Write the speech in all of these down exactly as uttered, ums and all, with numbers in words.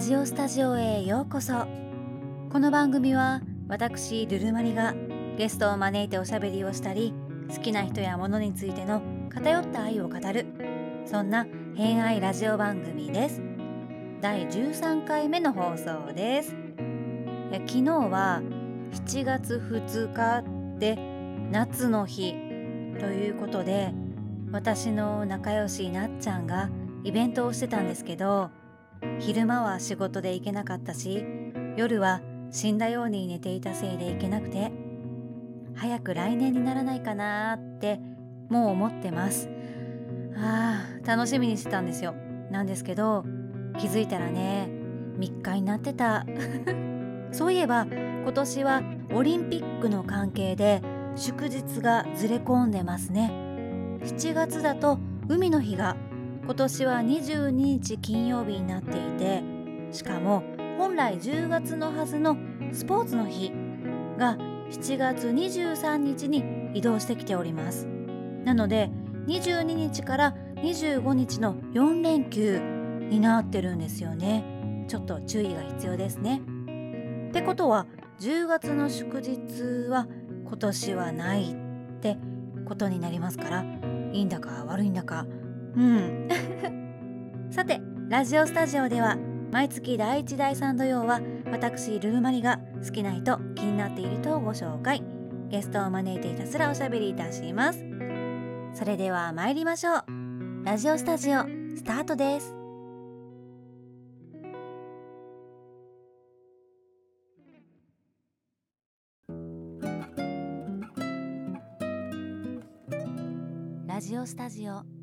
ラジオスタジオへようこそ。この番組は私ルルマリがゲストを招いておしゃべりをしたり、好きな人や物についての偏った愛を語る、そんな偏愛ラジオ番組です。だいじゅうさんかいめの放送です。いや昨日はしちがつふつかで夏の日ということで、私の仲良しなっちゃんがイベントをしてたんですけど、昼間は仕事で行けなかったし、夜は死んだように寝ていたせいで行けなくて、早く来年にならないかなーってもう思ってます。あー楽しみにしてたんですよ。なんですけど気づいたらねみっかになってたそういえば今年はオリンピックの関係で祝日がずれ込んでますね。しちがつだと海の日が今年はにじゅうににち金曜日になっていて、しかも本来じゅうがつのはずのスポーツの日がしちがつにじゅうさんにちに移動してきております。なのでにじゅうににちからにじゅうごにちのよんれんきゅうになってるんですよね。ちょっと注意が必要ですね。ってことはじゅうがつの祝日は今年はないってことになりますから、いいんだか悪いんだかうんさてラジオスタジオでは毎月だいいちだいさん土曜は私ルルマリが好きな人気になっている人をご紹介、ゲストを招いてひたすらおしゃべりいたします。それでは参りましょう。ラジオスタジオスタートです。ラジオスタジオ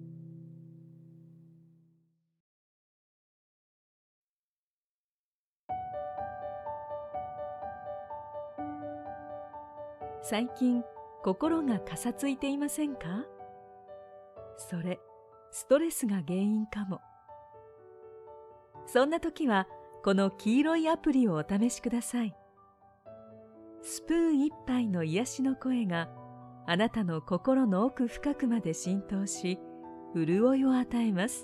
最近心がかさついていませんか？それストレスが原因かも。そんな時はこの黄色いアプリをお試しください。スプーン一杯の癒しの声があなたの心の奥深くまで浸透し、潤いを与えます。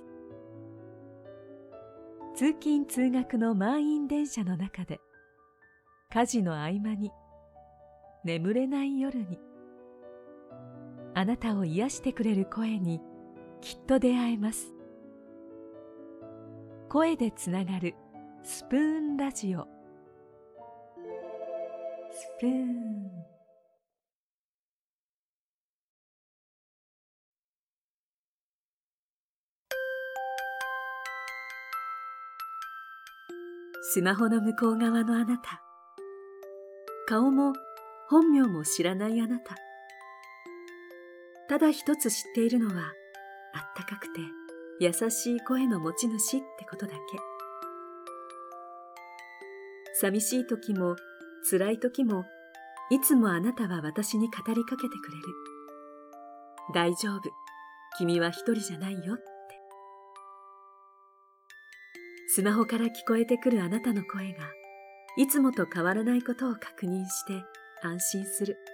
通勤通学の満員電車の中で、家事の合間に、眠れない夜に、あなたを癒してくれる声にきっと出会えます。声でつながるスプーンラジオ。スプーン。スマホの向こう側のあなた、顔も本名も知らないあなた、ただ一つ知っているのは、あったかくて優しい声の持ち主ってことだけ。寂しい時も辛い時も、いつもあなたは私に語りかけてくれる。大丈夫、君は一人じゃないよって。スマホから聞こえてくるあなたの声が、いつもと変わらないことを確認して安心する。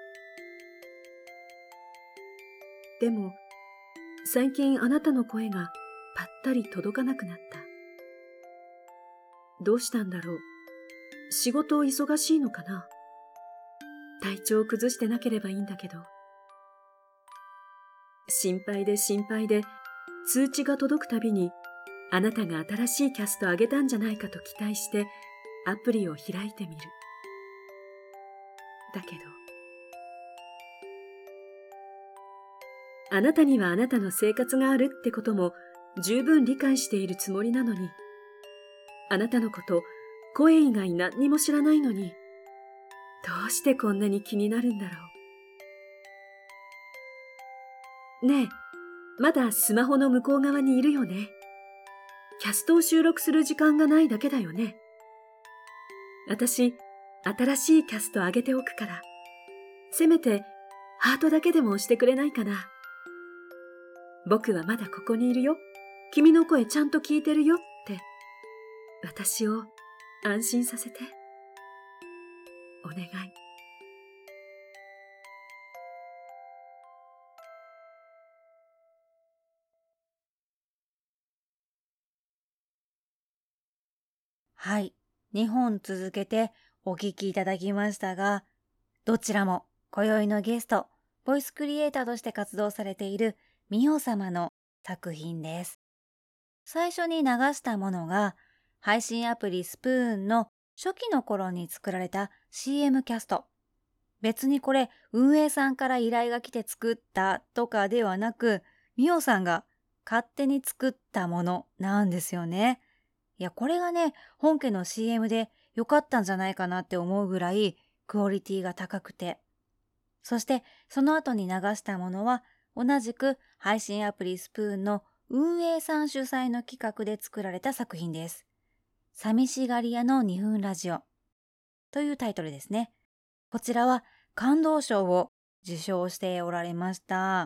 でも、最近あなたの声がぱったり届かなくなった。どうしたんだろう。仕事忙しいのかな。体調崩してなければいいんだけど。心配で心配で、通知が届くたびに、あなたが新しいキャストあげたんじゃないかと期待してアプリを開いてみる。だけど、あなたにはあなたの生活があるってことも十分理解しているつもりなのに、あなたのこと、声以外何にも知らないのに、どうしてこんなに気になるんだろう。ねえ、まだスマホの向こう側にいるよね。キャストを収録する時間がないだけだよね。私、新しいキャストあげておくから、せめてハートだけでも押してくれないかな。僕はまだここにいるよ。君の声ちゃんと聞いてるよって、私を安心させて。お願い。 はい、にほん続けてお聴きいただきましたが、どちらも今宵のゲスト、ボイスクリエイターとして活動されているミオ様の作品です。最初に流したものが、配信アプリスプーンの初期の頃に作られた シーエム キャスト。別にこれ運営さんから依頼が来て作ったとかではなく、ミオさんが勝手に作ったものなんですよね。いや、これがね、本家の シーエム で良かったんじゃないかなって思うぐらいクオリティが高くて。そしてその後に流したものは同じく配信アプリスプーンの運営さん主催の企画で作られた作品です。寂しがり屋のにふんラジオというタイトルですね。こちらは感動賞を受賞しておられました。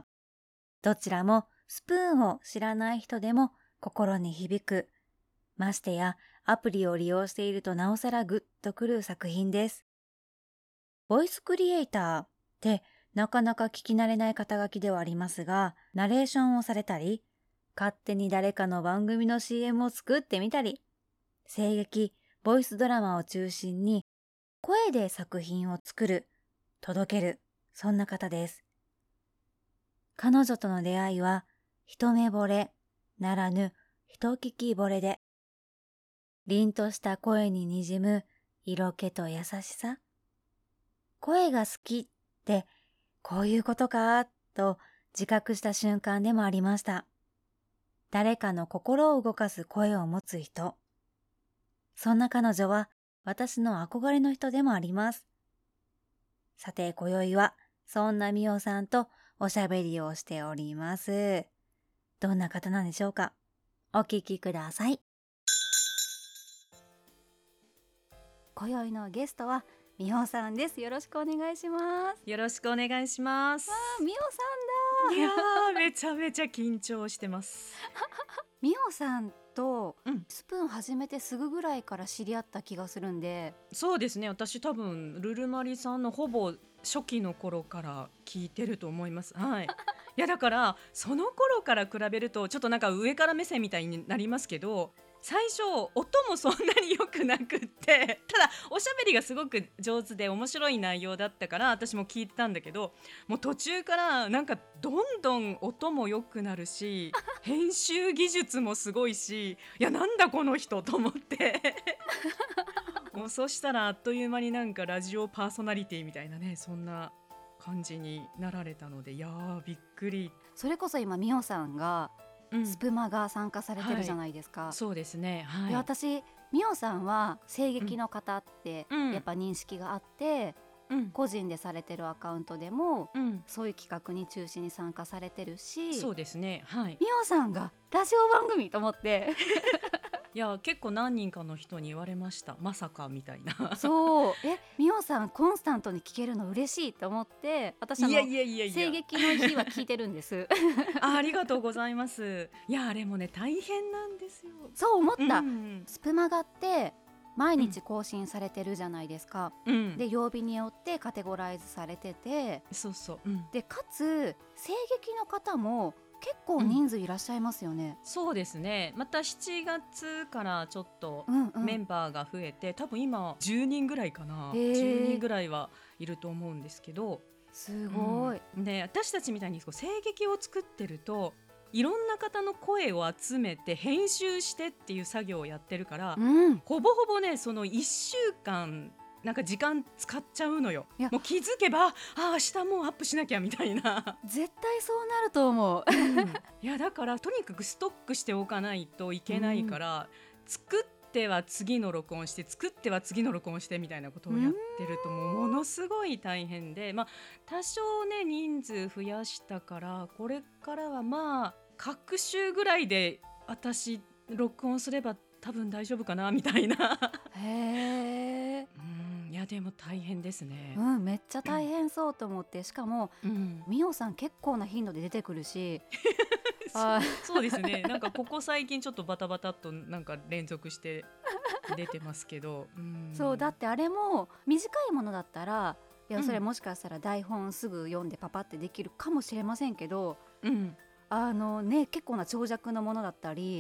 どちらもスプーンを知らない人でも心に響く。ましてやアプリを利用しているとなおさらグッとくる作品です。ボイスクリエイターってなかなか聞き慣れない肩書きではありますが、ナレーションをされたり、勝手に誰かの番組の シーエム を作ってみたり、声劇、ボイスドラマを中心に声で作品を作る、届ける、そんな方です。彼女との出会いは一目惚れならぬ一聞き惚れで、凛とした声ににじむ色気と優しさ。声が好きってこういうことかと自覚した瞬間でもありました。誰かの心を動かす声を持つ人。そんな彼女は私の憧れの人でもあります。さて今宵はそんなミオさんとおしゃべりをしております。どんな方なんでしょうか。お聞きください。今宵のゲストはミオさんです。よろしくお願いします。 よろしくお願いします。 わあ、ミオさんだ。 いやー、めちゃめちゃ緊張してます。 ミオさんとうんスプーン始めてすぐぐらいから知り合った気がするんで、 そうですね、私多分ルルマリさんのほぼ初期の頃から聞いてると思います。はい。いやだからその頃から比べるとちょっとなんか上から目線みたいになりますけど、最初音もそんなに良くなくって、ただおしゃべりがすごく上手で面白い内容だったから私も聞いてたんだけど、もう途中からなんかどんどん音も良くなるし、編集技術もすごいし、いやなんだこの人と思ってもうそしたらあっという間になんかラジオパーソナリティみたいなね、そんな感じになられたので、いやーびっくり。 それこそ今ミオさんがうんスプマが参加されてるじゃないですか。 そうですね、はい。 で、私ミオさんは声劇の方ってうんやっぱ認識があって、 うん個人でされてるアカウントでもうんそういう企画に中心に参加されてるし、 そうですね、はい。 ミオさんがラジオ番組と思っていや結構何人かの人に言われました。まさかみたいな。 そうえミオさんコンスタントに聞けるの嬉しいと思って、私あのいやいやいやいや。 声劇の日は聞いてるんですあ、ありがとうございます。いやあれもね大変なんですよ。 そう思った、 うんスプマガって毎日更新されてるじゃないですか、 うん、 で曜日によってカテゴライズされてて、 そうそう、うん、 でかつ声劇の方も結構人数いらっしゃいますよね。 そうですね。またしちがつからちょっとうんうん、 メンバーが増えて、多分今じゅうにんぐらいかな、 へーじゅうにんぐらいはいると思うんですけど、 すごい、 うんで私たちみたいにこう声劇を作ってるといろんな方の声を集めて編集してっていう作業をやってるから、 うん、 ほぼほぼねそのいっしゅうかんなんか時間使っちゃうのよ。 いやもう気づけばあ明日もうアップしなきゃみたいな絶対そうなると思ういやだからとにかくストックしておかないといけないから、作っては次の録音して作っては次の録音してみたいなことをやってるともうものすごい大変で、まあ多少ね人数増やしたからこれからはまあ各週ぐらいで私録音すれば多分大丈夫かなみたいなへえ、 うんいやでも大変ですねう。ん、めっちゃ大変そうと思って、しかもうんミオさん結構な頻度で出てくるしそうあそうですね。なんかここ最近ちょっとバタバタっとなんか連続して出てますけど、うんそうだってあれも短いものだったらいやうんそれもしかしたら台本すぐ読んでパパってできるかもしれませんけど、 うんあのね結構な長尺のものだったり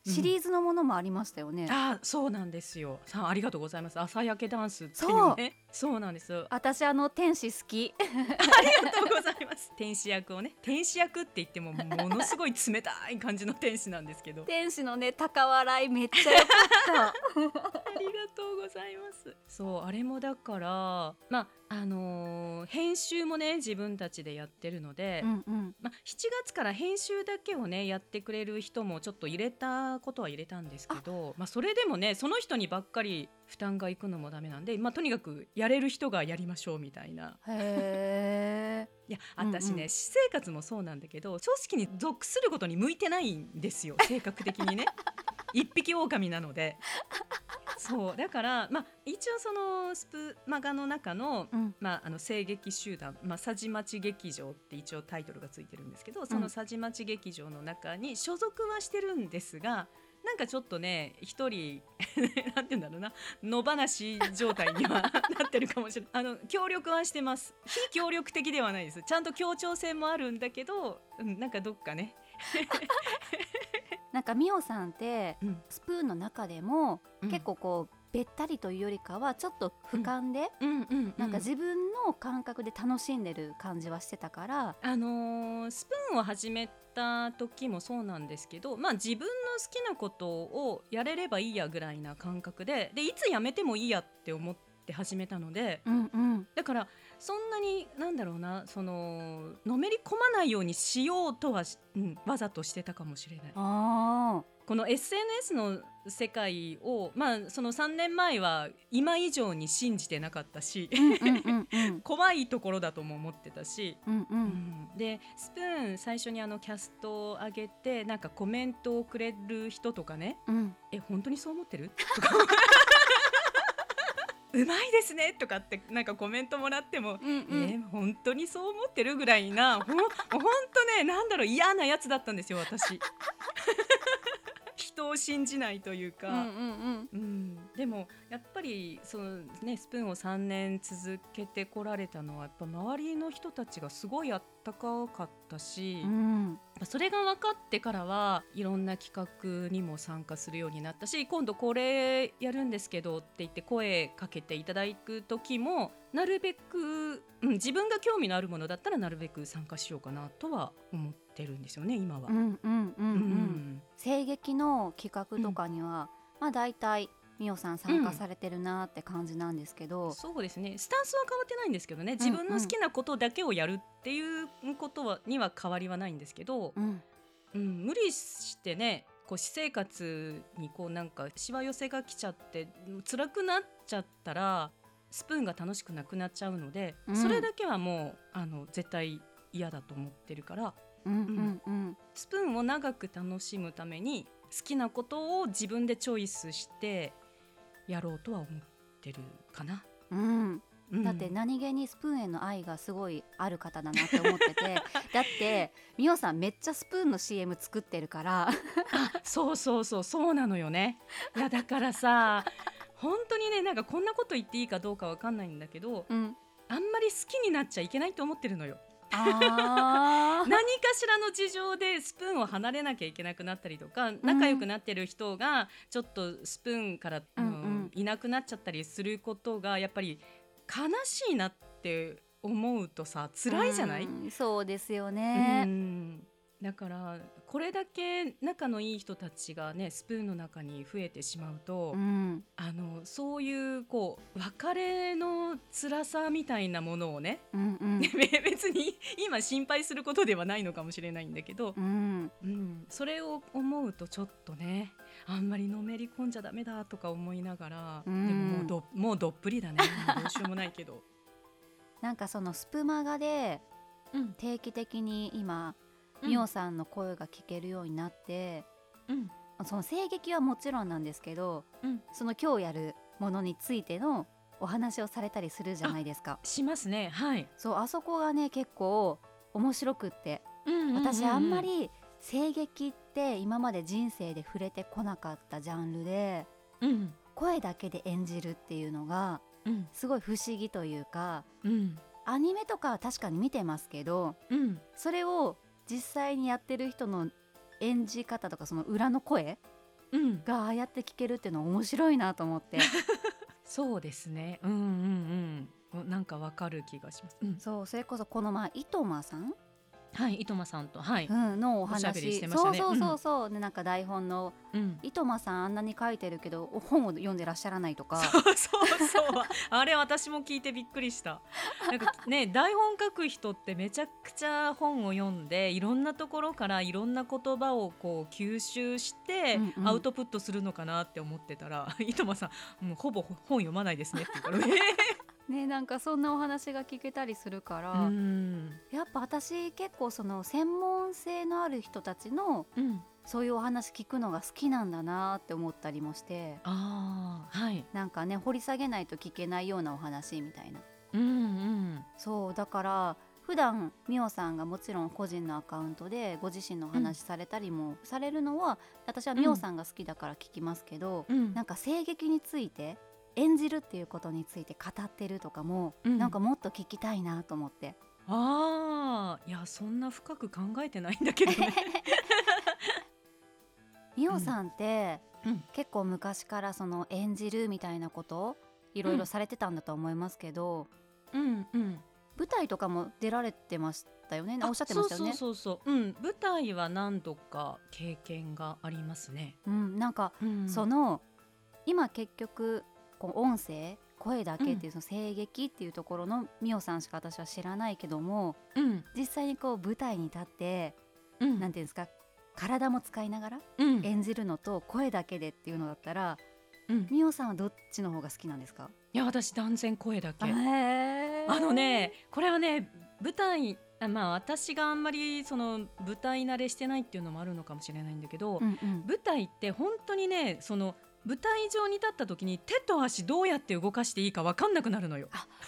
シリーズのものもありましたよね。 あ、そうなんですよ。さあ、ありがとうございます。朝焼けダンスっていそううね。そうなんです。 私あの天使好き。 ありがとうございます。天使役をね、天使役って言ってもものすごい冷たい感じの天使なんですけど。 天使のね高笑いめっちゃ良かったありがとうございます。そう、あれもだからまああのー編集もね自分たちでやってるので、 うんうんまあ、しちがつから編集だけをねやってくれる人もちょっと入れたことは入れたんですけど、まあ、それでもねその人にばっかり負担がいくのもダメなんで、まあ、とにかくやれる人がやりましょうみたいな。 へいや私ね、 うんうん私生活もそうなんだけど、組織に属することに向いてないんですよ、性格的にね。一匹狼なので。そうだから、まあ、一応そのスプマガの中の、 うんまあ、あの声劇集団、まあ、佐治町劇場って一応タイトルがついてるんですけど、その佐治町劇場の中に所属はしてるんですが、なんかちょっとね一人なんて言うんだろうな、野放し状態にはなってるかもしれない。あの協力はしてます。非協力的ではないです。ちゃんと協調性もあるんだけど、うん、なんかどっかねなんかミオさんってうんスプーンの中でも、 うん結構こうべったりというよりかはちょっと俯瞰で、 うんうんうん、 なんか自分の感覚で楽しんでる感じはしてたから、 あのースプーンを始めた時もそうなんですけど、まあ、自分の好きなことをやれればいいやぐらいな感覚で、でいつやめてもいいやって思って始めたので、 うんうんだからそんなになんだろうな、そののめり込まないようにしようとはし、うん、わざとしてたかもしれない。 あこの エスエヌエス の世界を、まあ、そのさんねんまえは今以上に信じてなかったし、 ーうんうんうんうん怖いところだとも思ってたし、 うんううんんでスプーン最初にあのキャストを上げてなんかコメントをくれる人とかね、 うんえ本当にそう思ってるとかうまいですねとかってなんかコメントもらっても、 うんうんえ本当にそう思ってるぐらいな、ほんほんとね、なんだろう、嫌なやつだったんですよ私。人を信じないというか、 うんうんうんうん、でもやっぱりその、ね、スプーンをさんねん続けてこられたのはやっぱ周りの人たちがすごいあったかかったし、 うんそれが分かってからはいろんな企画にも参加するようになったし、今度これやるんですけどって言って声かけていただく時もなるべく、うん、自分が興味のあるものだったらなるべく参加しようかなとは思ってるんですよね今は。 うんうんうんうんうん声劇の企画とかには、まあ大体ミオさん参加されてるなって感じなんですけど、 そうですね、スタンスは変わってないんですけどね、自分の好きなことだけをやるっていうことはには変わりはないんですけど、 うんうん、無理してねこう私生活にこうなんかしわ寄せが来ちゃって辛くなっちゃったらスプーンが楽しくなくなっちゃうので、 うんそれだけはもうあの絶対嫌だと思ってるから、 うんうんうんスプーンを長く楽しむために好きなことを自分でチョイスしてやろうとは思ってるかな。 うんうんだって何気にスプーンへの愛がすごいある方だなって思っててだってミオさんめっちゃスプーンの シーエム 作ってるからあそうそうそうそうなのよね。いやだからさ本当にね、なんかこんなこと言っていいかどうかわかんないんだけど、 うんあんまり好きになっちゃいけないと思ってるのよ。 あー何かしらの事情でスプーンを離れなきゃいけなくなったりとか、仲良くなってる人がちょっとスプーンから、あのうんうんいなくなっちゃったりすることがやっぱり悲しいなって思うとさ辛いじゃない、 うんそうですようね、 んだからこれだけ仲のいい人たちがねスプーンの中に増えてしまうと、 うんあのそういうこう別れの辛さみたいなものをねうんうん別に今心配することではないのかもしれないんだけど、 うんうん、それを思うとちょっとねあんまりのめり込んじゃダメだとか思いながら、 うんでももうどもうどっぷりだね、もうどうしようもないけどなんかそのスプマガでうん定期的に今、 うんミオさんの声が聞けるようになって、 うんその声劇はもちろんなんですけど、 うんその今日やるものについてのお話をされたりするじゃないですか。 しますね、はい、 そうあそこがね結構面白くって、私あんまり声劇って今まで人生で触れてこなかったジャンルで、 うん声だけで演じるっていうのがうんすごい不思議というか、 うんアニメとかは確かに見てますけど、 うんそれを実際にやってる人の演じ方とかその裏の声うんがああやって聞けるっていうのは面白いなと思ってそうですね。うんうんうん。なんかわかる気がします。うん、 そうそれこそこの前いとまさん、 はい、いとまさんと、はい、 うん、のおおしゃべりし話、 てましたね。 そうそうそうそう、でなんか台本のうん。うんいとまさんあんなに書いてるけど本を読んでらっしゃらないとかそうそうそう。あれ私も聞いてびっくりした。なんかね、台本書く人ってめちゃくちゃ本を読んで、いろんなところからいろんな言葉をこう吸収してうんうんアウトプットするのかなって思ってたら、いとまさん、もうほぼ本読まないですねって言うから、えね、なんかそんなお話が聞けたりするかー、 ら、 うんやっぱ私結構その専門性のある人たちのうん。 そういうお話聞くのが好きなんだなって思ったりもして、 ああ、はい。 なんかね掘り下げないと聞けないようなお話みたいな。 うんうんそうだから普段みおさんがもちろん個人のアカウントでご自身のお話されたりもされるのは、私はみおさんが好きだから聞きますけど、 うんなんか声劇について演じるっていうことについて語ってるとかも、 うんなんかもっと聞きたいなと思って。 ああ、いやそんな深く考えてないんだけどね。 みおさんって、 うん結構昔からその演じるみたいなこといろいろされてたんだと思いますけど、 うんうん。 舞台とかも出られてましたよね、おっしゃってましたよね。 そうそうそうそう、うん、舞台は何度か経験がありますね。 うん、なんか、 うんその今結局こう音声声だけっていうその声劇っていうところのみおさんしか私は知らないけども、 うん実際にこう舞台に立ってうんなんていうんですか、体も使いながらうん演じるのと声だけでっていうのだったら、 うん、 みおさんはどっちの方が好きなんですか？ いや私断然声だけ。 へーあのねこれはね舞台あまあ私があんまりその舞台慣れしてないっていうのもあるのかもしれないんだけど、 うんうん、 舞台って本当にねその舞台上に立った時に手と足どうやって動かしていいか分かんなくなるのよ。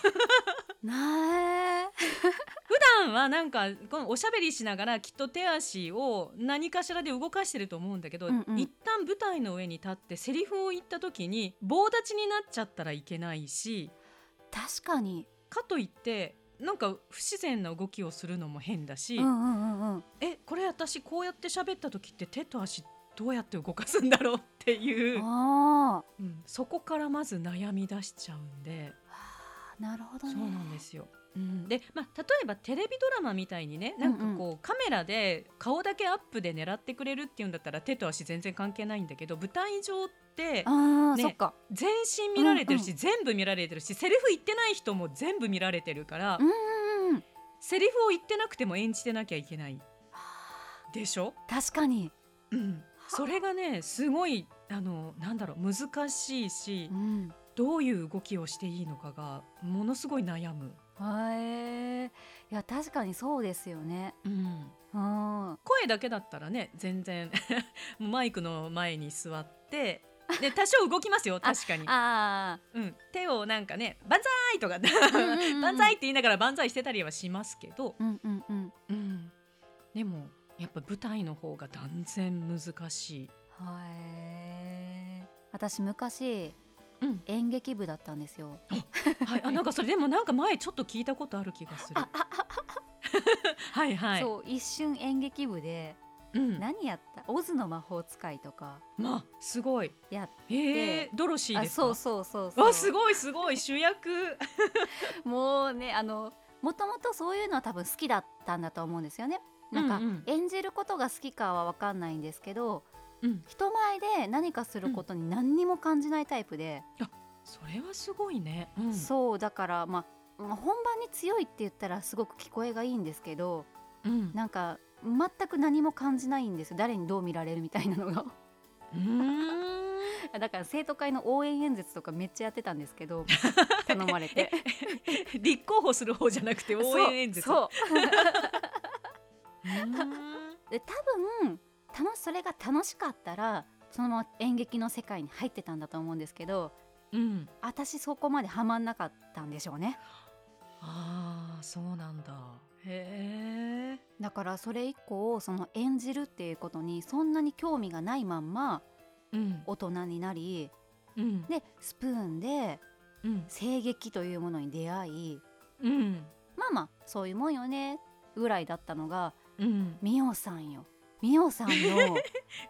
なえ普段はなんかこのおしゃべりしながらきっと手足を何かしらで動かしてると思うんだけど、 うんうん一旦舞台の上に立ってセリフを言った時に棒立ちになっちゃったらいけないし、 確かに、 かといってなんか不自然な動きをするのも変だし、 うんうんうんうん、 えこれ私こうやって喋った時って手と足どうやって動かすんだろうっていう、 あうん、そこからまず悩み出しちゃうんで。 ーなるほどね。 そうなんですよ。うん、で、まあ、例えばテレビドラマみたいにねなんかこう、カメラで顔だけアップで狙ってくれるっていうんだったら手と足全然関係ないんだけど、舞台上ってあー、 ねそっか、 全身見られてるし、 うんう全部見られてるしセリフ言ってない人も全部見られてるから、 うんうんうん、 セリフを言ってなくても演じてなきゃいけないでしょ、 確かに、 うん、それがねすごいあのなんだろう難しいし、 うん、 どういう動きをしていいのかがものすごい悩む。 へえ、いや確かにそうですよね。 うんうん声だけだったらね全然マイクの前に座ってで多少動きますよ確かに、 あうん、手をなんかね万歳とかうんうんうん万歳って言いながら万歳してたりはしますけど、 ーうんうんうん、 うん、でもやっぱ舞台の方が断然難しい。 へえ、私昔うん演劇部だったんですよ。 はい、あなんかそれでもなんか前ちょっと聞いたことある気がする。はいはい。 そう一瞬演劇部でうん、 何やったオズの魔法使いとかまあすごい。 やっへえドロシーあですか。 そうそうそうそう、 わすごいすごい主役。 もうねあのもともとそういうのは多分好きだったんだと思うんですよね。なんか、 うんうん演じることが好きかは分かんないんですけど、 うん、 人前で何かすることに何にも感じないタイプで、 それはすごいね。うん、 そうだからまあまあ本番に強いって言ったらすごく聞こえがいいんですけど、 うん、 なんか全く何も感じないんですよ、誰にどう見られるみたいなのがうーんだから生徒会の応援演説とかめっちゃやってたんですけど頼まれて立候補する方じゃなくて応援演説。 そうそううーんで多分楽しそれが楽しかったらそのまま演劇の世界に入ってたんだと思うんですけど、 うん、 私そこまでハマんなかったんでしょうね。 ああそうなんだ。へえ。 だからそれ以降その演じるっていうことにそんなに興味がないまんまうん大人になり、 うんでスプーンでうん声劇というものに出会い、 うんまあまあそういうもんよねぐらいだったのが、 うんみおさんよみおさんのうん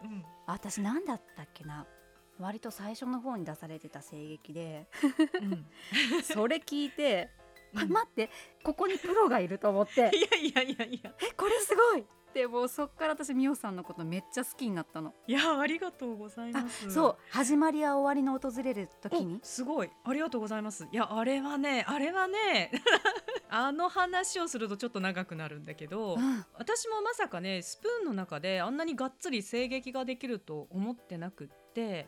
私なんだったっけな、割と最初の方に出されてた声劇でうんそれ聞いて、 うんあ待ってここにプロがいると思っていやいやいやいやえこれすごいで、もうそっから私ミオさんのことめっちゃ好きになったの。 いやありがとうございあます。 そう始まりは終わりの訪れる時におすごいありがとうございます。いやあれはねあれはねあの話をするとちょっと長くなるんだけど、 うん私もまさかねスプーンの中であんなにがっつり声劇ができると思ってなくって、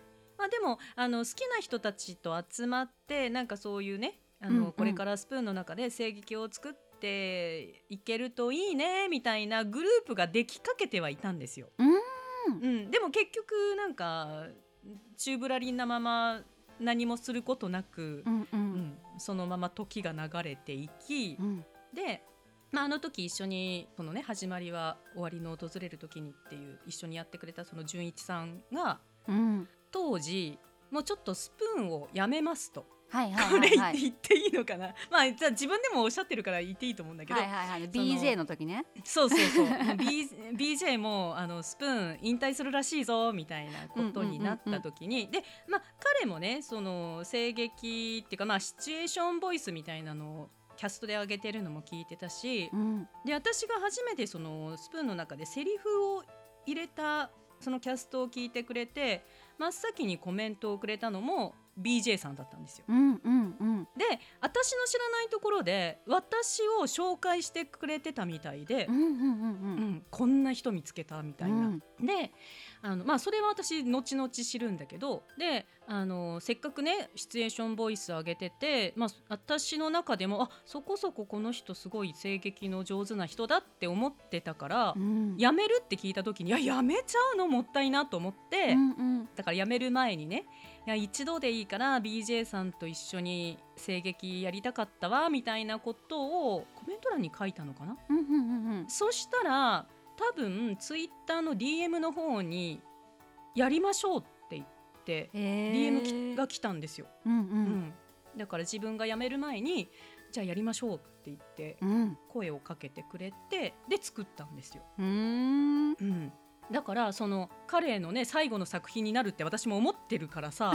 まあ、でもあの好きな人たちと集まってなんかそういうねあの、 うんうんこれからスプーンの中で声劇を作っていけるといいねみたいなグループができかけてはいたんですよ。 うんうん、でも結局なんか宙ぶらりんなまま何もすることなく、 うんううんんそのまま時が流れていき、 うんで、まあ、あの時一緒にそのね始まりは終わりの訪れる時にっていう一緒にやってくれたその純一さんがうん当時もうちょっとスプーンをやめますと、 はいはいこれ言はいはいって言っていいのかな、まあじゃあ自分でもおっしゃってるから言っていいと思うんだけど、 はいはいはいそのビージェー の時ね。 そうそうそうもう Bビージェー もあのスプーン引退するらしいぞみたいなことになった時に、で、まあ、彼もねその声劇っていうか、まあ、シチュエーションボイスみたいなのをキャストで上げてるのも聞いてたし、 うんで私が初めてそのスプーンの中でセリフを入れたそのキャストを聞いてくれて真っ先にコメントをくれたのも ビージェー さんだったんですよ。 うんうんうんで私の知らないところで私を紹介してくれてたみたいで、 うんうんうんうんこんな人見つけたみたいな、 うんであの、まあ、それは私後々知るんだけど、であのせっかくねシチュエーションボイス上げてて、まあ、私の中でもあそこそここの人すごい声劇の上手な人だって思ってたから、 うんやめるって聞いた時にいややめちゃうのもったいなと思って、 うんうんだからやめる前にねいや一度でいいから ビージェー さんと一緒に声劇やりたかったわみたいなことをコメント欄に書いたのかな。 うんうんうんうんそしたら多分ツイッターの ディーエム の方にやりましょうって言ってへーディーエム きが来たんですよ、 うんううんんだから自分が辞める前にじゃあやりましょうって言ってうん声をかけてくれてで作ったんですよ、 うーんうん、だからその彼のね最後の作品になるって私も思ってるからさ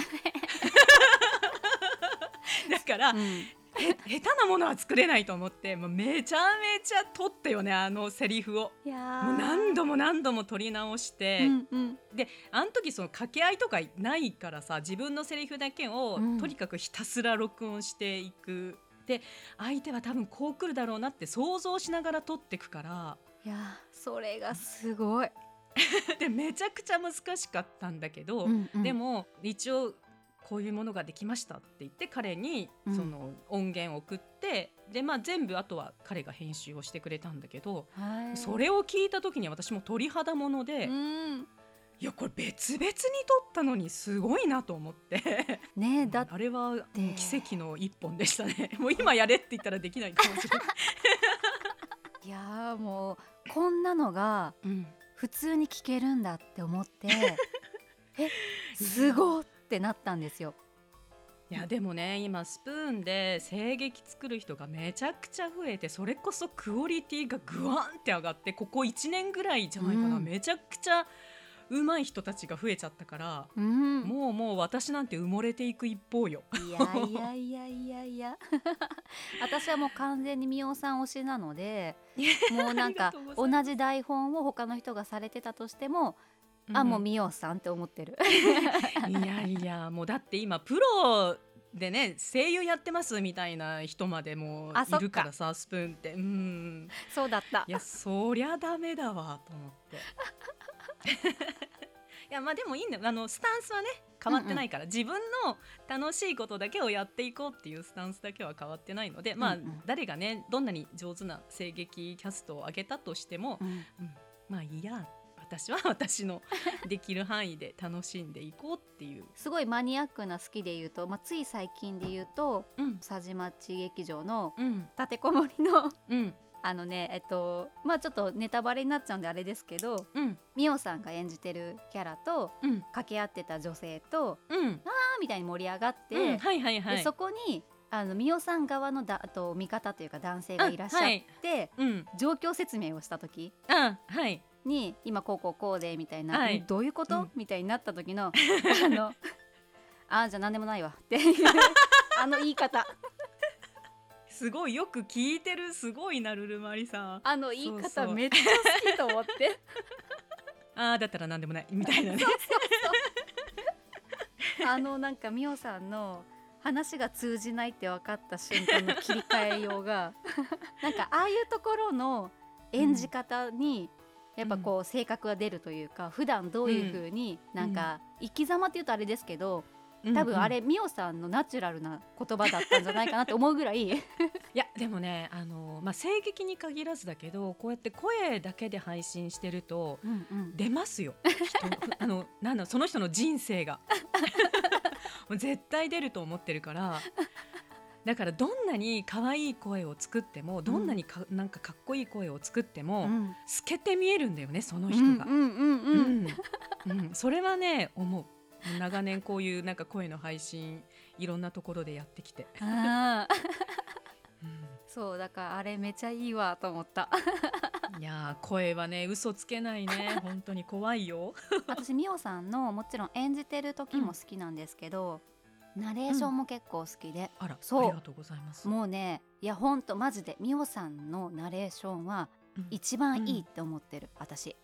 だから、 うんへ下手なものは作れないと思ってもうめちゃめちゃ撮ったよねあのセリフをいやーもう何度も何度も撮り直して、 うんうんであの時その掛け合いとかないからさ自分のセリフだけを、 うんとにかくひたすら録音していくで相手は多分こう来るだろうなって想像しながら撮ってくからいやーそれがすごい、 でめちゃくちゃ難しかったんだけど、 うんうんでも一応こういうものができましたって言って彼にうんその音源を送って、で、まあ、全部あとは彼が編集をしてくれたんだけど、 はいそれを聞いた時に私も鳥肌もので、 うんいやこれ別々に撮ったのにすごいなと思ってねえだってあれはもう奇跡の一本でしたねもう今やれって言ったらできないかもしれない、 いやーもうこんなのがうん普通に聞けるんだって思ってえすごっってなったんですよ。 いやでもね今スプーンで声劇作る人がめちゃくちゃ増えてそれこそクオリティがグワンって上がってここいちねんぐらいじゃないかな、 うんめちゃくちゃ上手い人たちが増えちゃったから、 うんもうもう私なんて埋もれていく一方よ。 いやいやいやいやいや私はもう完全にみおさん推しなのでもうなんかありがとうございます同じ台本を他の人がされてたとしても、あもうみおさんって思ってるいやいやもうだって今プロでね声優やってますみたいな人までもあそっかいるからさスプーンってうんそうだったいやそりゃダメだわと思っていやまあでもいいんだよあのスタンスはね変わってないから、自分の楽しいことだけをやっていこうっていうスタンスだけは変わってないので、まあうんうん誰がねどんなに上手な声劇キャストを上げたとしても、 うんうんまあいいや私は私のできる範囲で楽しんでいこうっていう、 すごいマニアックな好きで言うと、まあ、つい最近で言うとうん佐治町劇場のうん立てこもりのうんあのねえっとまあちょっとネタバレになっちゃうんであれですけどうんみおさんが演じてるキャラとうん掛け合ってた女性とうんあーみたいに盛り上がって、 うんはいはいはいでそこにあのみおさん側のだあと味方というか男性がいらっしゃって、 うん状況説明をした時あはいに今こうこうこうでみたいな、 はいんどういうこと、 うんみたいになった時のあのあじゃあ何でもないわっていうあの言い方すごいよく聞いてる。すごいなルルマリさん。 あの言いそうそう方めっちゃ好きと思ってあーだったら何でもないみたいなね。 あのなんかミオさんの話が通じないって分かった瞬間の切り替えようがなんかああいうところの演じ方にやっぱこう性格が出るというか、普段どういう風になんか生き様っていうとあれですけど、多分あれミオさんのナチュラルな言葉だったんじゃないかなって思うぐらいいやでもね、あの、まあ、声劇に限らずだけど、こうやって声だけで配信してるとうんうん出ますよ人あのなんだその人の人生がもう絶対出ると思ってるから。だからどんなに可愛い声を作っても、どんなにか、なんかかっこいい声を作っても、 うん透けて見えるんだよねその人が。 うんうんうんうんうんうん、それはね思う。長年こういうなんか声の配信いろんなところでやってきて、 あーうそうだからあれめちゃいいわと思ったん、いやー声はね嘘つけないね本当に怖いよ。 私ミオさんのもちろん演じてる時も好きなんですけど、ナレーションも結構好きで、 あらそうありがとうございます。 もうねいやほんとマジでミオさんのナレーションはうん一番いいって思ってる、私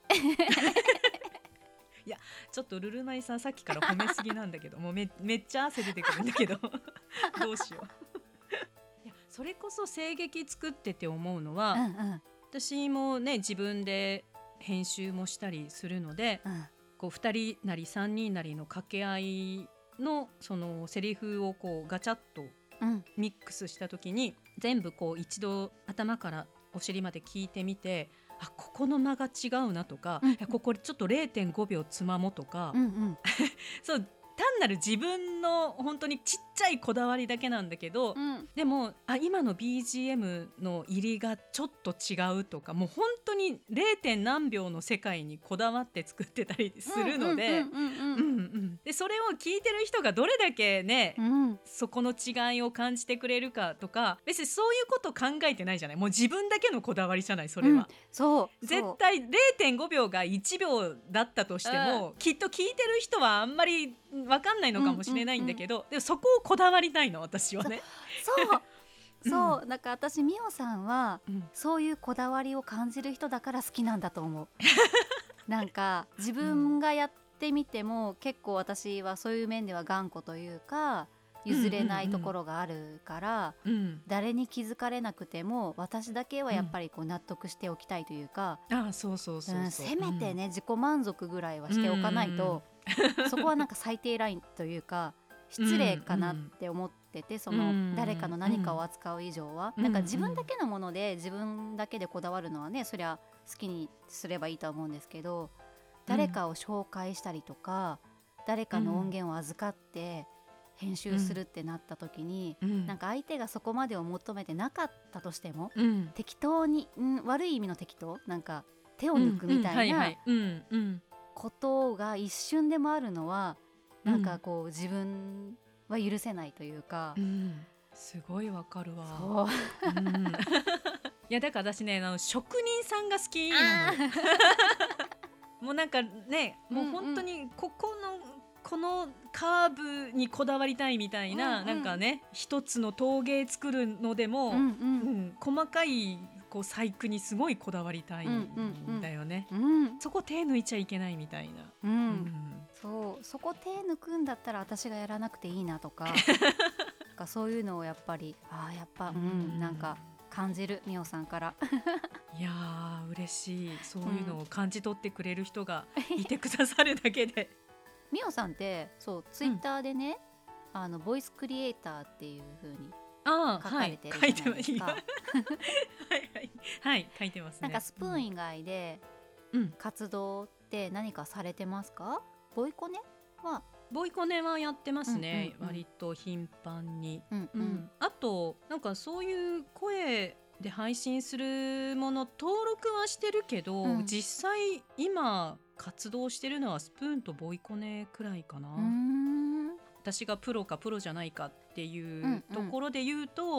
ちょっとルルナイさんさっきから褒めすぎなんだけどもう め, めっちゃ汗出てくるんだけどどうしよう。いやそれこそ声劇作ってて思うのは、 うんうん私もね自分で編集もしたりするので、 うんこうふたりなりさんにんなりの掛け合いのそのセリフをこうガチャッとうんミックスした時に全部こう一度頭からお尻まで聞いてみて、あここの間が違うなとか、 うんいやここちょっと れいてんごびょうつまもとか、 うんうんそう単なる自分の本当にちっちゃいこだわりだけなんだけど、 うんでもあ今の ビージーエム の入りがちょっと違うとか、もう本当に れい. 点何秒の世界にこだわって作ってたりするので、 うんうんうんうんうんでそれを聞いてる人がどれだけね、 うんうんそこの違いを感じてくれるかとか、別にそういうこと考えてないじゃない。もう自分だけのこだわりじゃないそれは、 うんそう絶そう対 れいてんごびょうがいちびょうだったとしても、きっと聞いてる人はあんまり分かんないのかもしれないんだけど、でもそこをこだわりたいの私はね。 そうそうなんか私ミオさんはうんそういうこだわりを感じる人だから好きなんだと思うなんか自分がやってみても結構私はそういう面では頑固というか譲れないところがあるから、 うん、 誰に気づかれなくても私だけはやっぱりこう納得しておきたいというか、 ああそうそうそうそう、 うんせめてね、自己満足ぐらいはしておかないと、そこはなんか最低ラインというか失礼かなって思ってて、その誰かの何かを扱う以上は、 うんなんか自分だけのもので自分だけでこだわるのはね、そりゃ好きにすればいいとは思うんですけど、誰かを紹介したりとか、誰かの音源を預かって編集するってなった時に、 うんなんか相手がそこまでを求めてなかったとしても、 うん適当に、ん、悪い意味の適当なんか手を抜くみたいなことが一瞬でもあるのは、なんかこう自分は許せないというか、 うんうんすごいわかるわ。 そううんいやだから私ね、あの職人さんが好きなのよもうなんかね、もう本当にここのこのカーブにこだわりたいみたいな、 うんうんなんかね一つの陶芸作るのでも、 うんうん細かいこう細工にすごいこだわりたいんだよね、 うんうんそこ手抜いちゃいけないみたいな、 うん、 うんそうそこ手抜くんだったら私がやらなくていいなとかなんかそういうのをやっぱりあーやっぱ、うんうんなんか感じるみおさんからいやー嬉しい、そういうのを感じ取ってくれる人がいてくださるだけでみおさんってそうツイッターでね、あのボイスクリエイターっていう風にあ書かれてるじゃないですか、 はい、書いてますはいはいはい書いてますね。 なんかスプーン以外でうん活動って何かされてますか？ボイコネは、 ボイコネはやってますね、 うんうんうん割と頻繁に、 うんうんうんあとなんかそういう声で配信するもの登録はしてるけど、 うん実際今活動してるのはスプーンとボイコネくらいかな、 うーん私がプロかプロじゃないかっていんううんところで言うと、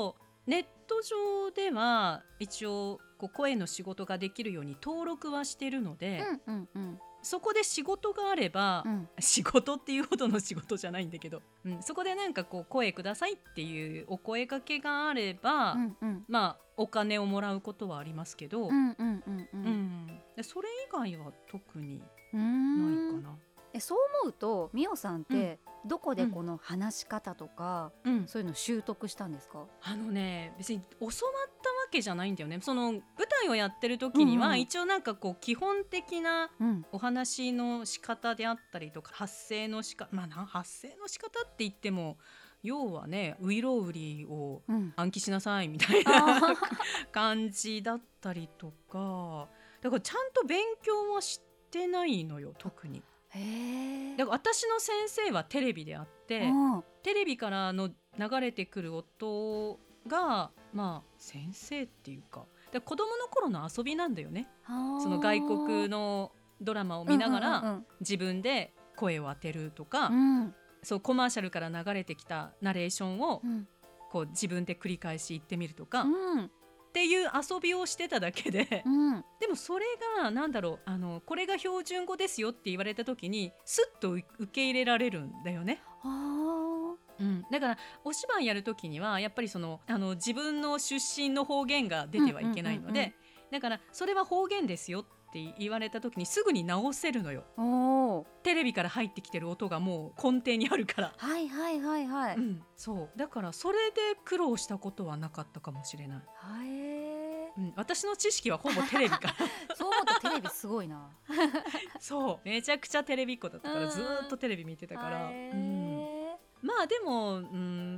ネット上では一応こう声の仕事ができるように登録はしてるので、 うんうんうんそこで仕事があれば、 うん仕事っていうほどの仕事じゃないんだけど、うん、そこでなんかこう声くださいっていうお声掛けがあれば、 うんうんまあお金をもらうことはありますけど、 うんうんうんううんんでそれ以外は特にうーないかな。 えそう思うとみおさんってどこでこの話し方とか、 うん、 そういうの習得したんですか？ あのね別に教わったわけじゃないんだよね。その舞台をやってる時には、 うんうん一応なんかこう基本的なうんお話の仕方であったりとか発声の仕方、まあな発声の仕方って言っても要はねウイロウリをうん暗記しなさいみたいあなー感じだったりとか、だからちゃんと勉強はしてないのよ特に。 へえだから私の先生はテレビであってうんテレビからの流れてくる音がまあ先生っていうか、で子供の頃の遊びなんだよね。その外国のドラマを見ながらうん自分で声を当てるとか、 うんうんそうコマーシャルから流れてきたナレーションをうんこう自分で繰り返し言ってみるとか、っうんていう遊びをしてただけで、 うんでもそれがなんだろう、あのこれが標準語ですよって言われた時にスッと受け入れられるんだよね。 あーうん、だからお芝居やる時にはやっぱりそのあの自分の出身の方言が出てはいけないので、 うんうんうんうんだからそれは方言ですよって言われた時にすぐに直せるのよ。 おーテレビから入ってきてる音がもう根底にあるから、 はいはいはいはい、 うん、そうだからそれで苦労したことはなかったかもしれない、 はえうん、私の知識はほぼテレビからそう思うとテレビすごいなそうめちゃくちゃテレビっ子だったかうんらずーっとテレビ見てたから、 はえうんまあでも、うん、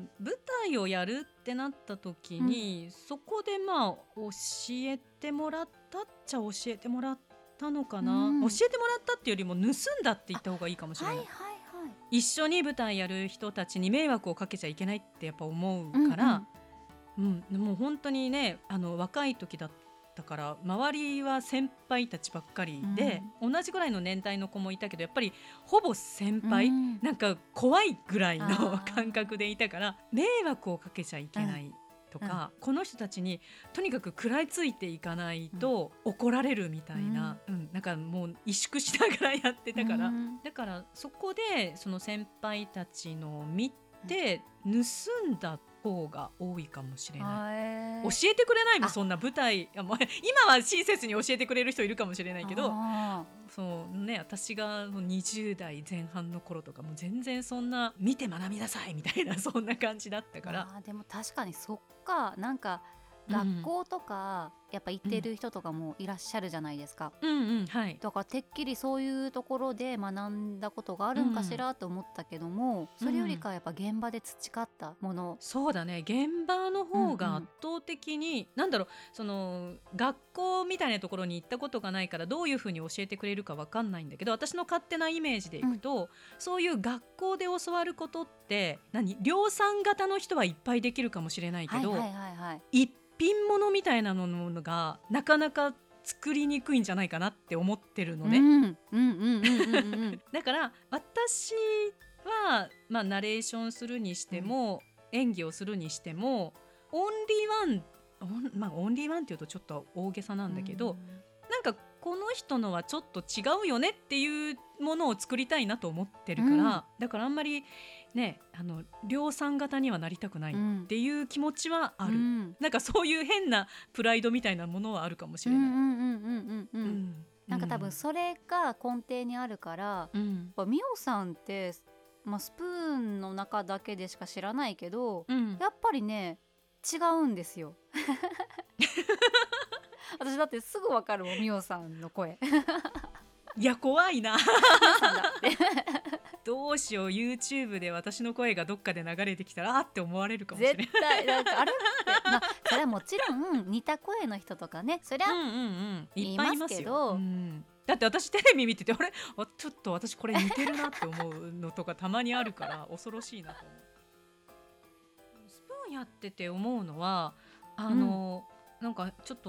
舞台をやるってなった時に、そこでまあ教えてもらったっちゃ教えてもらったのかな、 うん教えてもらったっていうよりも盗んだって言った方がいいかもしれない、 はいはいはい一緒に舞台やる人たちに迷惑をかけちゃいけないってやっぱ思うから、うんうん、もう本当にねあの若い時だったから周りは先輩たちばっかりで、同じぐらいの年代の子もいたけどやっぱりほぼ先輩、 うんなんか怖いぐらいのあー感覚でいたから迷惑をかけちゃいけないとか、この人たちにとにかく食らいついていかないと怒られるみたいな、うんなんかもう萎縮しながらやってたから、 うんだからそこでその先輩たちのを見て盗んだ方が多いかもしれない。 はえ教えてくれないもんあそんな舞台、あもう今は親切に教えてくれる人いるかもしれないけど、 あそうね、私がもうにじゅう代前半の頃とかもう全然そんな見て学びなさいみたいなそんな感じだったーから、 あーでも確かにそっかなんかうん学校とか、やっぱ行ってる人とかもいらっしゃるじゃないですか、 うんうんはいだからてっきりそういうところで学んだことがあるんかしらと思ったけども、それよりかはやっぱ現場で培ったもの、 そうだね、現場の方が圧倒的に、なんだろう、その学校みたいなところに行ったことがないからどういうふうに教えてくれるかわかんないんだけど、私の勝手なイメージでいくと、そういう学校で教わることって何量産型の人はいっぱいできるかもしれないけど、 はいはいはいはい一品物みたいなのがなかなか作りにくいんじゃないかなって思ってるのね、 うんうんうんうんうんうんだから私は、まあ、ナレーションするにしても、演技をするにしてもオンリーワンオン、まあ、オンリーワンっていうとちょっと大げさなんだけど、なんかこの人のはちょっと違うよねっていうものを作りたいなと思ってるから、 うんだからあんまりねあの量産型にはなりたくないっていう気持ちはある、 うんなんかそういう変なプライドみたいなものはあるかもしれない、 うんうんうんうんうんううんんなんか多分それが根底にあるから、 うんやっぱミオさんって、まあ、スプーンの中だけでしか知らないけど、 うんやっぱりね違うんですよ私だってすぐわかるもんミオさんの声いや怖いなミオさんだってどうしよう YouTube で私の声がどっかで流れてきたらあって思われるかもしれない絶対なんかあれって、まあ、それはもちろん似た声の人とかねそりゃ、 うんうんうんいっぱいいますよいますけどうんだって私テレビ見ててあれあちょっと私これ似てるなって思うのとかたまにあるから恐ろしいなと思う。スプーンやってて思うのはあの、なんかちょっと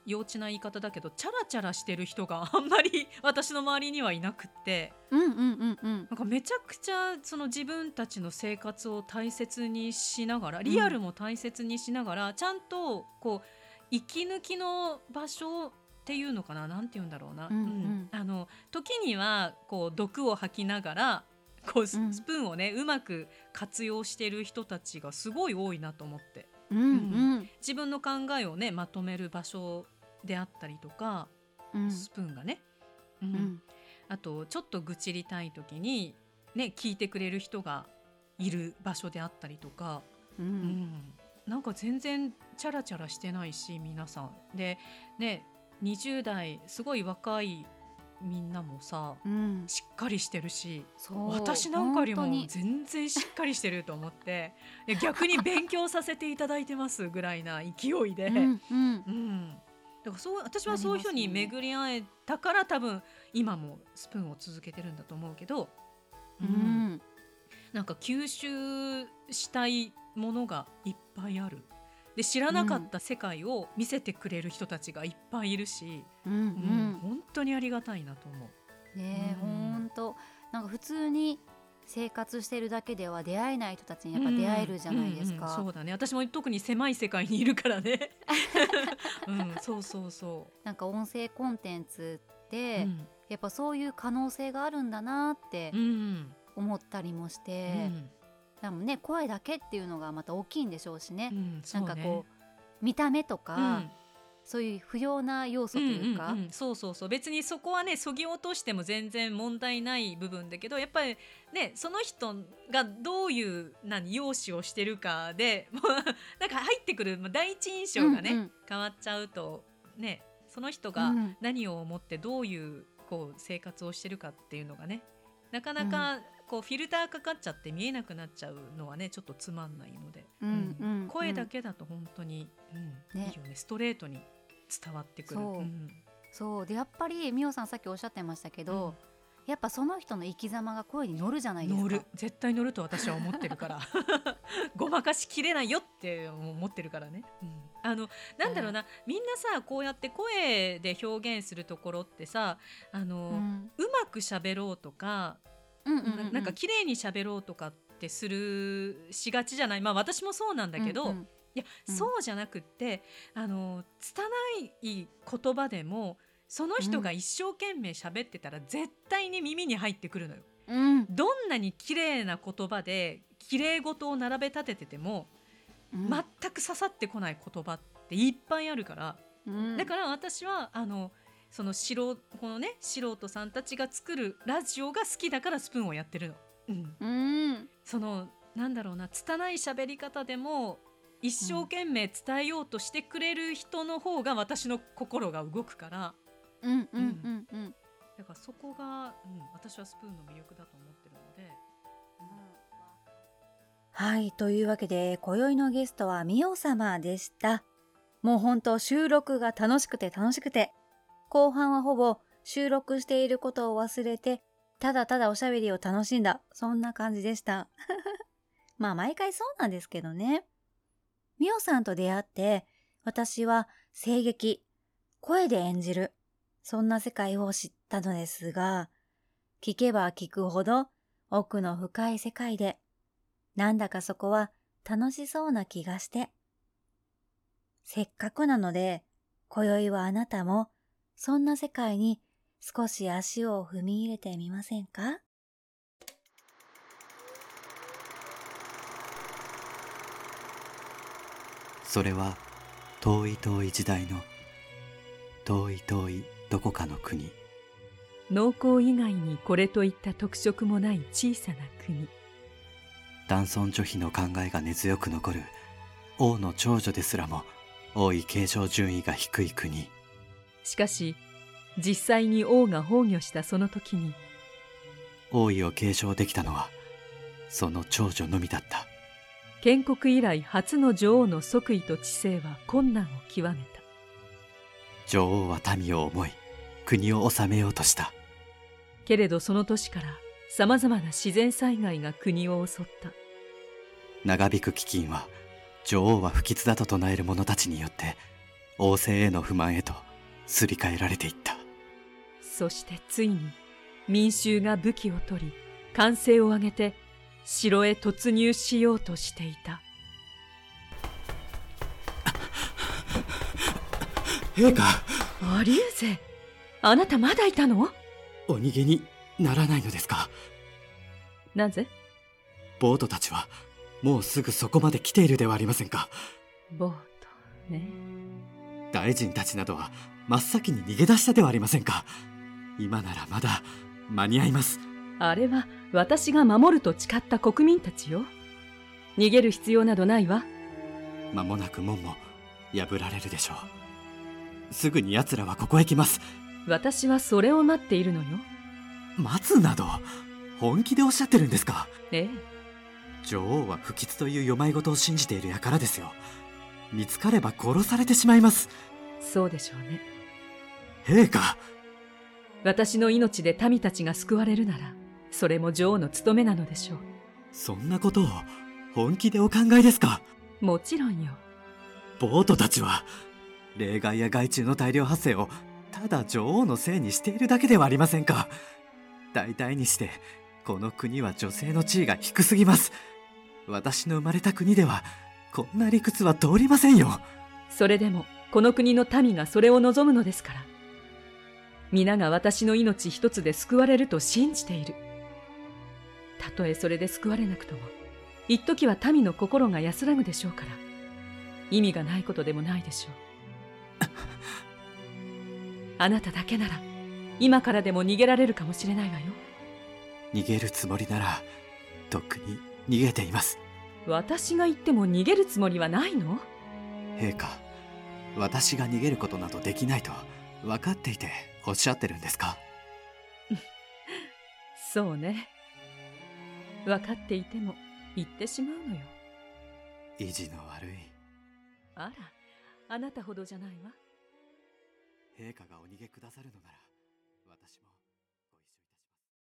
幼稚な言い方だけどチャラチャラしてる人があんまり私の周りにはいなくって、 うんうんうんうんなんかめちゃくちゃその自分たちの生活を大切にしながら、リアルも大切にしながら、ちゃんとこう息抜きの場所っていうのかな、なんて言うんだろうな、 うんうんあの時にはこう毒を吐きながらこうスうんスプーンをねうまく活用してる人たちがすごい多いなと思って、 うんうん自分の考えをねまとめる場所であったりとか、 うんスプーンがね、うんうんあとちょっと愚痴りたい時にね聞いてくれる人がいる場所であったりとか、 ううんんなんか全然チャラチャラしてないし、皆さんでねにじゅう代すごい若いみんなもさうんしっかりしてるし、 そう私なんかよりも本当に全然しっかりしてると思っていや逆に勉強させていただいてますぐらいな勢いで、 うんうんうんだからそう私はそういう人に巡り会えたから、多分今もスプーンを続けてるんだと思うけど、 ううんんなんか吸収したいものがいっぱいある。で知らなかった世界を見せてくれる人たちがいっぱいいるし、 うんううんん本当にありがたいなと思う。 ねえ、 うんほんとなんか普通に生活してるだけでは出会えない人たちにやっぱ出会えるじゃないですか。 うんうんうんそうだね、私も特に狭い世界にいるからねうんそうそうそなんか音声コンテンツっう、 て、 うんやっぱそういう可能性があるんだなってうん思ったりもしうて、 んでもね声だけっていうのがまた大きいんでしょうしね、 うんそうんねなかこう見た目とか、 うんそういう不要な要素というか、 んんんそうそうそう、別にそこはねそぎ落としても全然問題ない部分だけど、やっぱりねその人がどういう何容姿をしてるかでもうなんか入ってくるまあ第一印象がね、 うんうん変わっちゃうとね、その人がうん何を思ってどういうこう生活をしてるかっていうのがね、なかなかこうフィルターかかっちゃって見えなくなっちゃうのはねちょっとつまんないので、 うんうんうん声だけだと本当に、うんねいいよね、ストレートに伝わってくる。 そううんそうでやっぱりみおさんさっきおっしゃってましたけど、やっぱその人の生き様が声に乗るじゃないですか。 乗る、絶対乗ると私は思ってるからごまかしきれないよって思ってるからね、うんあのなんだろうな、みんなさこうやって声で表現するところってさ、あの、 ううんまく喋ろうとか、 うんうんうん、 なんか綺麗に喋ろうとかってするしがちじゃない。まあ私もそうなんだけど、 うんうんいや、 うんそうじゃなくってあの拙い言葉でもその人が一生懸命喋ってたら絶対に耳に入ってくるのよ。 うんどんなに綺麗な言葉で綺麗事を並べ立ててても、 うん全く刺さってこない言葉っていっぱいあるから、 うんだから私はあのその素人このね素人さんたちが作るラジオが好きだからスプーンをやってるの。うんうんそのなんだろうな、拙い喋り方でも一生懸命伝えようとしてくれる人の方が私の心が動くから、 うんうんうんうんだからそこが、うん、私はスプーンの魅力だと思ってるので、 はい、というわけで今宵のゲストはみお様でした。もう本当収録が楽しくて楽しくて、後半はほぼ収録していることを忘れて、ただただおしゃべりを楽しんだ、そんな感じでした。まあ毎回そうなんですけどね。みおさんと出会って、私は声劇、声で演じる、そんな世界を知ったのですが、聞けば聞くほど奥の深い世界で、なんだかそこは楽しそうな気がして。せっかくなので、今宵はあなたも、そんな世界に少し足を踏み入れてみませんか？ それは遠い遠い時代の遠い遠いどこかの国。 農耕以外にこれといった特色もない小さな国。 男尊女卑の考えが根強く残る王の長女ですらも王位継承順位が低い国。 しかし実際に王が崩御したその時に、 王位を継承できたのはその長女のみだった。 建国以来初の女王の即位と治世は困難を極めた。 女王は民を思い国を治めようとした。 けれどその年からさまざまな自然災害が国を襲った。 長引く飢饉は女王は不吉だと唱える者たちによって王政への不満へとすり替えられていった。 そしてついに民衆が武器を取り歓声を上げて城へ突入しようとしていた。 陛下、 アリューゼ、あなたまだいたの？ お逃げにならないのですか？ なぜ？ ボートたちはもうすぐそこまで来ているではありませんか。 ボートね。 大臣たちなどは真っ先に逃げ出したではありませんか。今ならまだ間に合います。 あれは私が守ると誓った国民たちよ。逃げる必要などないわ。 間もなく門も破られるでしょう。すぐに奴らはここへ来ます。 私はそれを待っているのよ。 待つなど本気でおっしゃってるんですか？ ええ。 女王は不吉という世まい事を信じている輩ですよ。見つかれば殺されてしまいます。 そうでしょうね。 陛下、 私の命で民たちが救われるならそれも女王の務めなのでしょう。 そんなことを本気でお考えですか？ もちろんよ。 ボートたちは冷害や害虫の大量発生をただ女王のせいにしているだけではありませんか。大体にしてこの国は女性の地位が低すぎます。私の生まれた国ではこんな理屈は通りませんよ。 それでもこの国の民がそれを望むのですから。皆が私の命一つで救われると信じている。たとえそれで救われなくとも一時は民の心が安らぐでしょうから、意味がないことでもないでしょう。あなただけなら今からでも逃げられるかもしれないわよ。 逃げるつもりならとっくに逃げています。 私が言っても逃げるつもりはないの？ 陛下、私が逃げることなどできないと分かっていておっしゃってるんですか？ そうね。分かっていても言ってしまうのよ。 意地の悪い。 あら、あなたほどじゃないわ。 陛下がお逃げくださるのなら私もご一緒いたし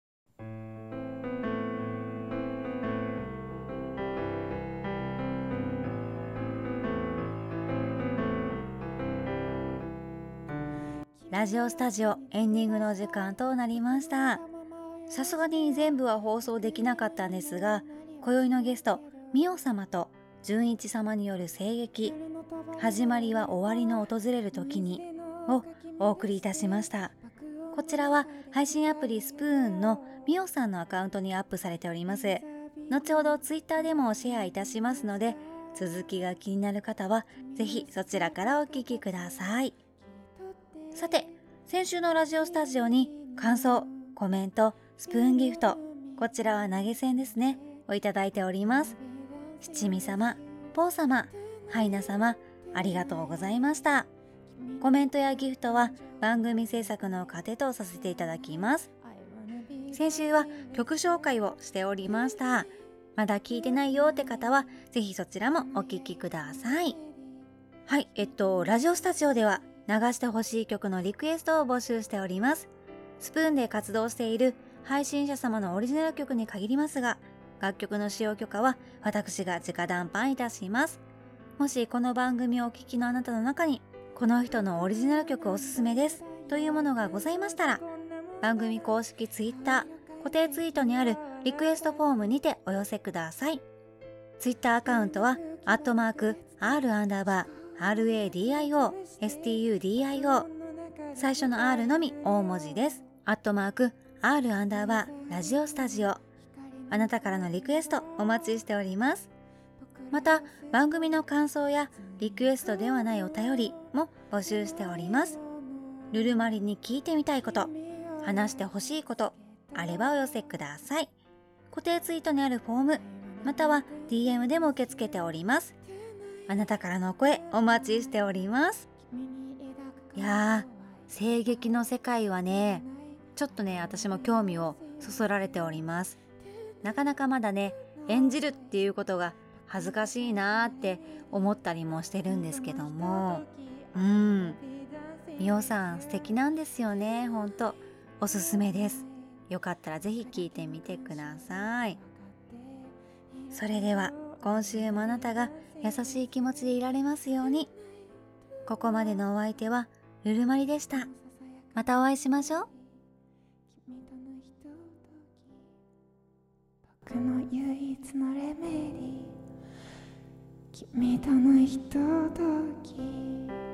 ます。ラジオスタジオエンディングの時間となりました。さすがに全部は放送できなかったんですが、今宵のゲストミオ様と純一様による声劇始まりは終わりの訪れる時にをお送りいたしました。こちらは配信アプリスプーンのミオさんのアカウントにアップされております。後ほどツイッターでもシェアいたしますので、続きが気になる方はぜひそちらからお聞きください。さて、先週のラジオスタジオに感想、コメント、スプーンギフト、こちらは投げ銭ですね、をいただいております。七味様、ポー様、ハイナ様、ありがとうございました。コメントやギフトは番組制作の糧とさせていただきます。先週は曲紹介をしておりました。まだ聞いてないよって方はぜひそちらもお聞きください。はい、えっとラジオスタジオでは流してほしい曲のリクエストを募集しております。スプーンで活動している配信者様のオリジナル曲に限りますが、楽曲の使用許可は私が直談判いたします。もしこの番組をお聞きのあなたの中にこの人のオリジナル曲おすすめですというものがございましたら、番組公式ツイッター固定ツイートにあるリクエストフォームにてお寄せください。ツイッターアカウントはアットマーク R アンダーバー アールエーディーアイオー エスティーユーディーアイオー、 最初の R のみ大文字です。アットマーク R アンダーバーラジオスタジオ、あなたからのリクエストお待ちしております。また番組の感想やリクエストではないお便りも募集しております。ルルマリに聞いてみたいこと、話してほしいことあればお寄せください。固定ツイートにあるフォームまたは ディーエム でも受け付けております。あなたからの声お待ちしております。いやー、声劇の世界はね、ちょっとね私も興味をそそられております。なかなかまだね演じるっていうことが恥ずかしいなーって思ったりもしてるんですけども、うんみおさん素敵なんですよね。ほんとおすすめです。よかったらぜひ聞いてみてください。それでは今週もあなたが優しい気持ちでいられますように。 ここまでのお相手はルルマリでした。またお会いしましょう。 僕の唯一のレメディ、君とのひととき